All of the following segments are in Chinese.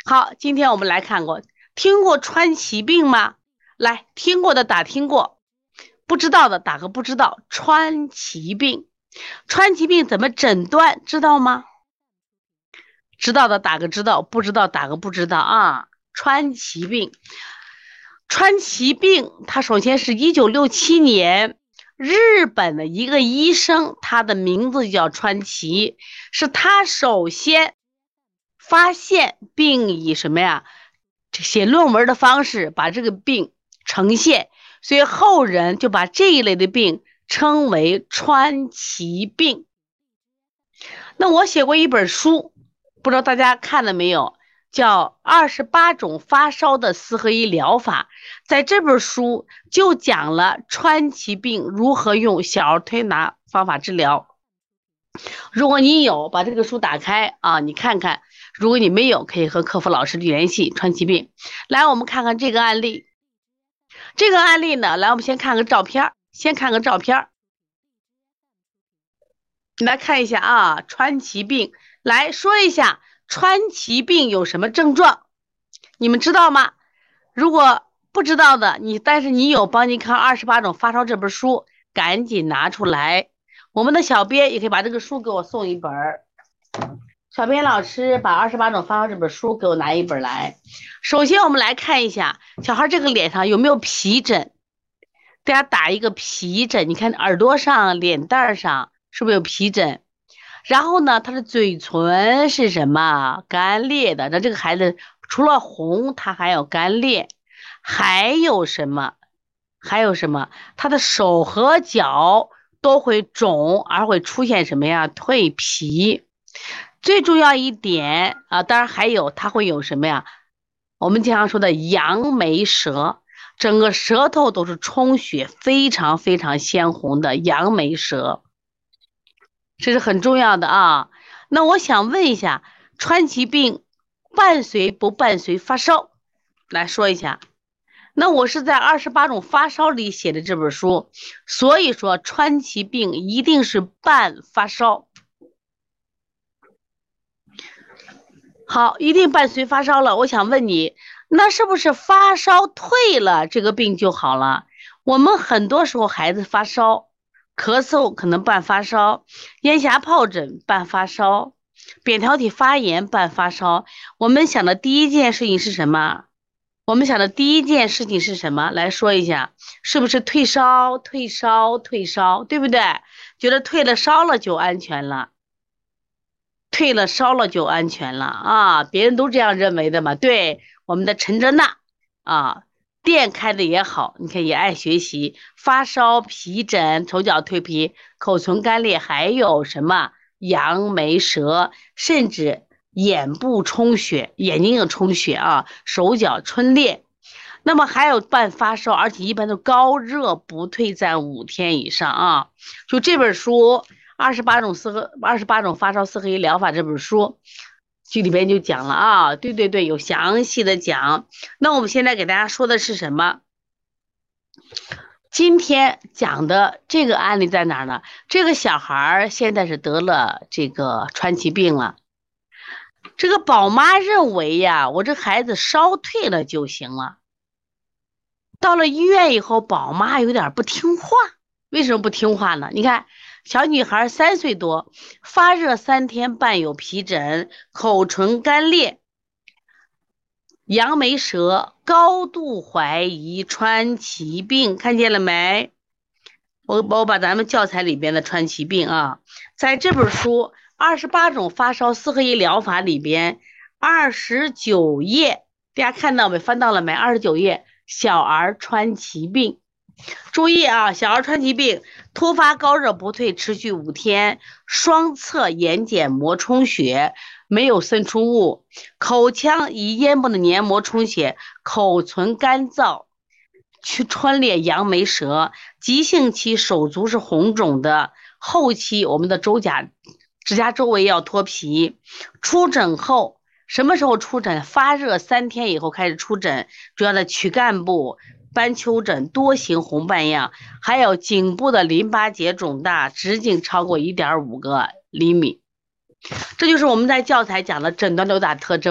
好，今天我们来看过，听过川崎病吗？来，听过的打听过，不知道的打个不知道。川崎病，川崎病怎么诊断？知道吗？知道的打个知道，不知道打个不知道啊。川崎病，川崎病，它首先是1967年日本的一个医生，他的名字叫川崎，是他首先发现并以什么呀？写论文的方式把这个病呈现，所以后人就把这一类的病称为川崎病。那我写过一本书，不知道大家看了没有，叫《28种发烧的四合一疗法》。在这本书就讲了川崎病如何用小儿推拿方法治疗。如果你有，把这个书打开啊，你看看。如果你没有，可以和客服老师联系川崎病。来，我们看看这个案例。这个案例呢，来，我们先看个照片，先看个照片。你来看一下啊，川崎病，来说一下川崎病有什么症状，你们知道吗？如果不知道的，但是你有帮你看《28种发烧》这本书，赶紧拿出来。我们的小编也可以把这个书给我送一本。小编老师把《28种发烧》这本书给我拿一本来。首先我们来看一下小孩这个脸上有没有皮疹，大家打一个皮疹，你看耳朵上、脸蛋上是不是有皮疹？然后呢，他的嘴唇是什么？干裂的。那这个孩子除了红，他还有干裂。还有什么？还有什么？他的手和脚都会肿，而会出现什么呀？蜕皮。最重要一点啊，当然还有他会有什么呀？我们经常说的扬眉舌，整个舌头都是充血，非常非常鲜红的扬眉舌。这是很重要的啊。那我想问一下，川崎病伴随不伴随发烧？来说一下。那我是在《28种发烧》里写的这本书，所以说川崎病一定是伴发烧。好，一定伴随发烧了。我想问你，那是不是发烧退了，这个病就好了？我们很多时候孩子发烧，咳嗽可能伴发烧，咽峡疱疹伴发烧，扁桃体发炎伴发烧。我们想的第一件事情是什么？我们想的第一件事情是什么？来说一下，是不是退烧、退烧、退烧，对不对？觉得退了烧了就安全了。退了烧了就安全了啊，别人都这样认为的嘛。对，我们的陈哲娜啊，店开的也好，你看也爱学习。发烧、皮疹、手脚蜕皮、口唇干裂，还有什么扬眉舌，甚至眼部充血，眼睛也充血啊，手脚皴裂。那么还有伴发烧，而且一般都高热不退暂5天以上啊。就这本书。28种发烧四合一疗法这本书，这里边就讲了啊，对，有详细的讲。那我们现在给大家说的是什么？今天讲的这个案例在哪儿呢？这个小孩现在是得了这个川崎病了。这个宝妈认为呀，我这孩子烧退了就行了。到了医院以后，宝妈有点不听话。为什么不听话呢？你看。小女孩3岁多，发热3天，伴有皮疹，口唇干裂，扬眉舌，高度怀疑川崎病，看见了没？我把咱们教材里边的川崎病啊，在这本书《28种发烧四合一疗法》里边29页，大家看到没？翻到了没？29页，小儿川崎病。注意啊，小儿川崎病突发高热不退，持续5天，双侧眼睑膜充血，没有渗出物，口腔以咽部的黏膜充血，口唇干燥，穿裂扬眉舌，急性期手足是红肿的，后期我们的指甲周围要脱皮，出疹后。什么时候出疹？发热3天以后开始出疹，主要的躯干部。斑丘疹、多形红斑样，还有颈部的淋巴结肿大，直径超过1.5厘米。这就是我们在教材讲的诊断6大特征。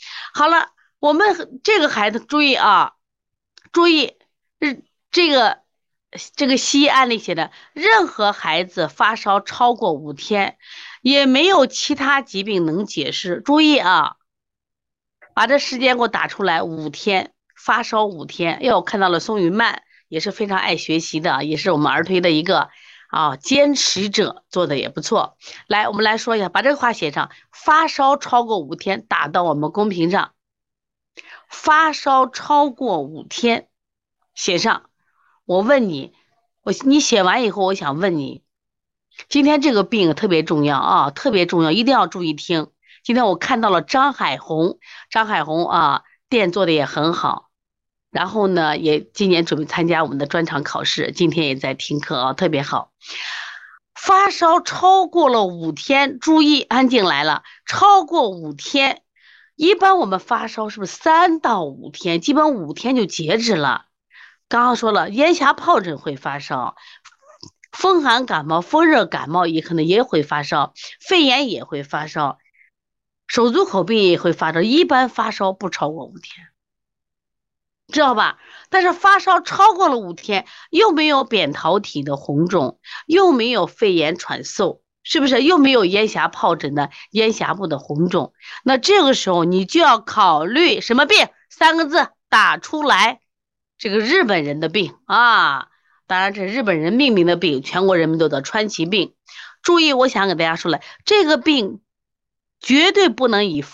好了，我们这个孩子注意啊，注意，这个西医案例写的，任何孩子发烧超过5天，也没有其他疾病能解释。注意啊，把这时间给我打出来，五天发烧5天。哎，我看到了宋雨曼也是非常爱学习的，也是我们儿推的一个坚持者，做的也不错。来，我们来说一下，把这个话写上，发烧超过5天，打到我们公屏上。发烧超过5天，写上。我问你，你写完以后，我想问你，今天这个病特别重要啊，特别重要，一定要注意听。今天我看到了张海红，店做的也很好，然后呢，也今年准备参加我们的专场考试，今天也在听课啊，特别好。发烧超过了5天，注意，安静来了，超过5天。一般我们发烧是不是3到5天？基本5天就截止了。刚刚说了，咽峡疱疹会发烧，风寒感冒、风热感冒也可能也会发烧，肺炎也会发烧，手足口病也会发烧。一般发烧不超过5天，知道吧？但是发烧超过了5天，又没有扁桃体的红肿，又没有肺炎喘嗽，是不是？又没有咽峡疱疹的咽峡部的红肿，那这个时候你就要考虑什么病？3个字打出来，这个日本人的病啊，当然这是日本人命名的病，全国人民都得川崎病。注意，我想给大家说了，这个病绝对不能以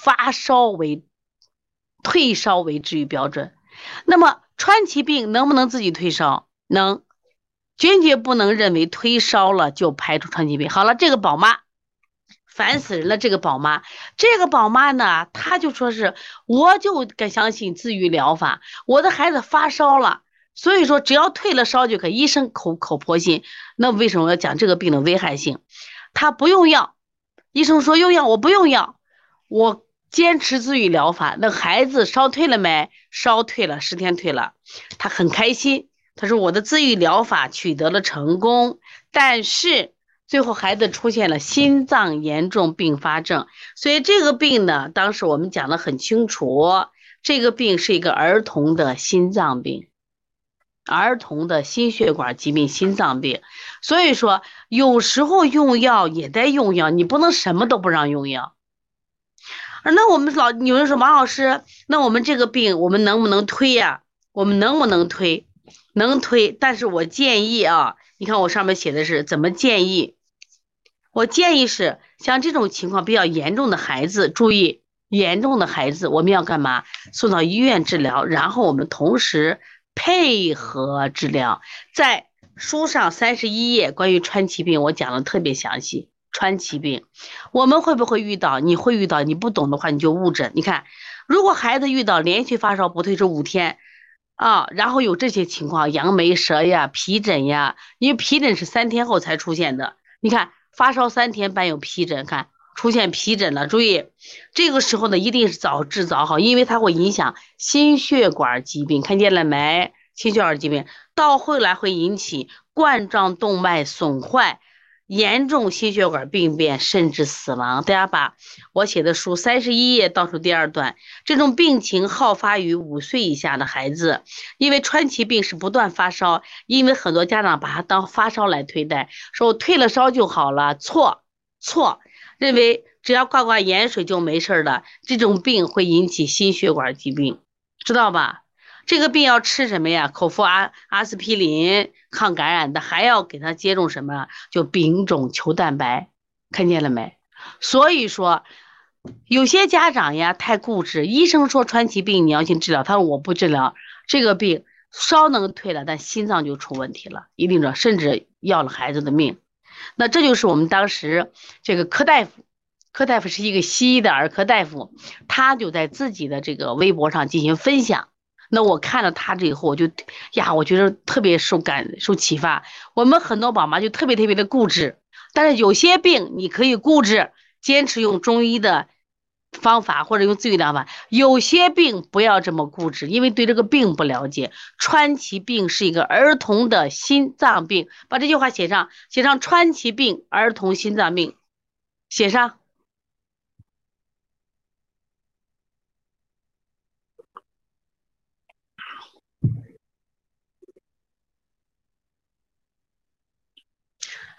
退烧为治愈标准。那么川崎病能不能自己退烧？能，坚决不能认为退烧了就排除川崎病。好了，这个宝妈烦死人了，这个宝妈呢，她就说是我就敢相信自愈疗法，我的孩子发烧了，所以说只要退了烧就可以。医生口婆心，那为什么要讲这个病的危害性？他不用药，医生说用药，我不用药，我坚持自愈疗法。那孩子烧退了没？烧退了，10天退了，他很开心。他说我的自愈疗法取得了成功，但是最后孩子出现了心脏严重并发症，所以这个病呢，当时我们讲得很清楚，这个病是一个儿童的心脏病。儿童的心血管疾病、心脏病，所以说有时候用药也得用药，你不能什么都不让用药。那我们有人说马老师，那我们这个病我们能不能推呀？我们能不能推？能推，但是我建议啊，你看我上面写的是怎么建议？我建议是像这种情况比较严重的孩子，注意严重的孩子我们要干嘛？送到医院治疗，然后我们同时配合治疗。在书上31页关于川崎病我讲的特别详细。川崎病我们会不会遇到？你会遇到，你不懂的话你就误诊。你看，如果孩子遇到连续发烧不退是5天然后有这些情况，杨梅舌呀、皮疹呀，因为皮疹是3天后才出现的。你看发烧3天伴有皮疹，看出现皮疹了，注意这个时候呢一定是早治早好，因为它会影响心血管疾病，看见了没？心血管疾病到后来会引起冠状动脉损坏，严重心血管病变，甚至死亡。大家把我写的书31页倒数第2段，这种病情好发于5岁以下的孩子，因为川崎病是不断发烧，因为很多家长把它当发烧来对待，说我退了烧就好了，错，认为只要挂盐水就没事了，这种病会引起心血管疾病，知道吧？这个病要吃什么呀？口服阿司匹林抗感染的，还要给他接种什么？就丙种球蛋白，看见了没？所以说，有些家长呀太固执，医生说川崎病你要去治疗，他说我不治疗这个病，烧能退了，但心脏就出问题了，一定甚至要了孩子的命。那这就是我们当时这个柯大夫是一个西医的儿科大夫，他就在自己的这个微博上进行分享。那我看了他这以后，我觉得特别受启发。我们很多宝妈就特别的固执，但是有些病你可以固执，坚持用中医的方法或者用自愈疗法。有些病不要这么固执，因为对这个病不了解。川崎病是一个儿童的心脏病，把这句话写上川崎病儿童心脏病，写上。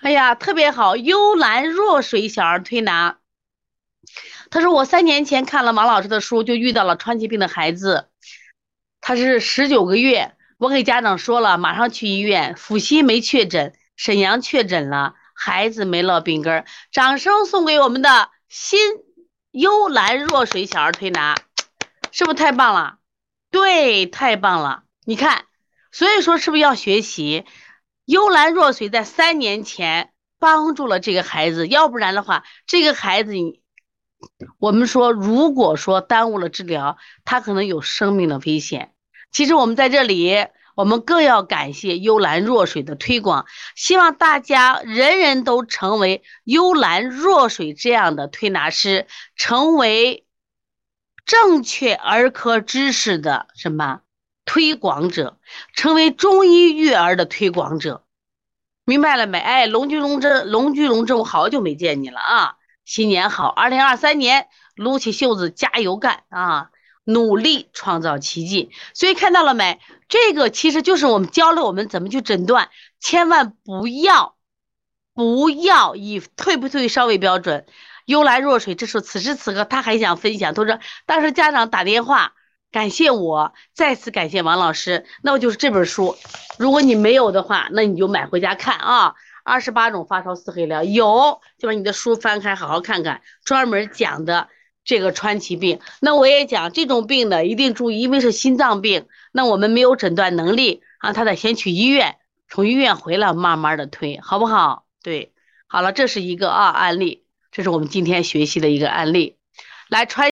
哎呀，特别好，幽兰若水小儿推拿。他说我3年前看了王老师的书，就遇到了川崎病的孩子，他是19个月。我给家长说了，马上去医院。阜西没确诊，沈阳确诊了，孩子没落病根儿。掌声送给我们的新幽兰若水小儿推拿，是不是太棒了？对，太棒了。你看，所以说是不是要学习？幽兰若水在3年前帮助了这个孩子，要不然的话，这个孩子我们说，如果说耽误了治疗，他可能有生命的危险。其实我们在这里，我们更要感谢幽兰若水的推广，希望大家人人都成为幽兰若水这样的推拿师，成为正确儿科知识的什么推广者，成为中医育儿的推广者。明白了没？哎，龙居龙我好久没见你了啊！新年好，2023年撸起袖子加油干啊，努力创造奇迹。所以看到了没？这个其实就是我们教了我们怎么去诊断，千万不要以退不退烧为标准。幽兰若水，这时候此时此刻他还想分享，他说当时家长打电话感谢我，再次感谢王老师。那我就是这本书，如果你没有的话，那你就买回家看啊。28种发烧四黑疗有，就把你的书翻开，好好看看，专门讲的这个川崎病。那我也讲这种病呢，一定注意，因为是心脏病，那我们没有诊断能力啊，他得先去医院，从医院回来慢慢的推，好不好？对，好了，这是一个案例，这是我们今天学习的一个案例，来川。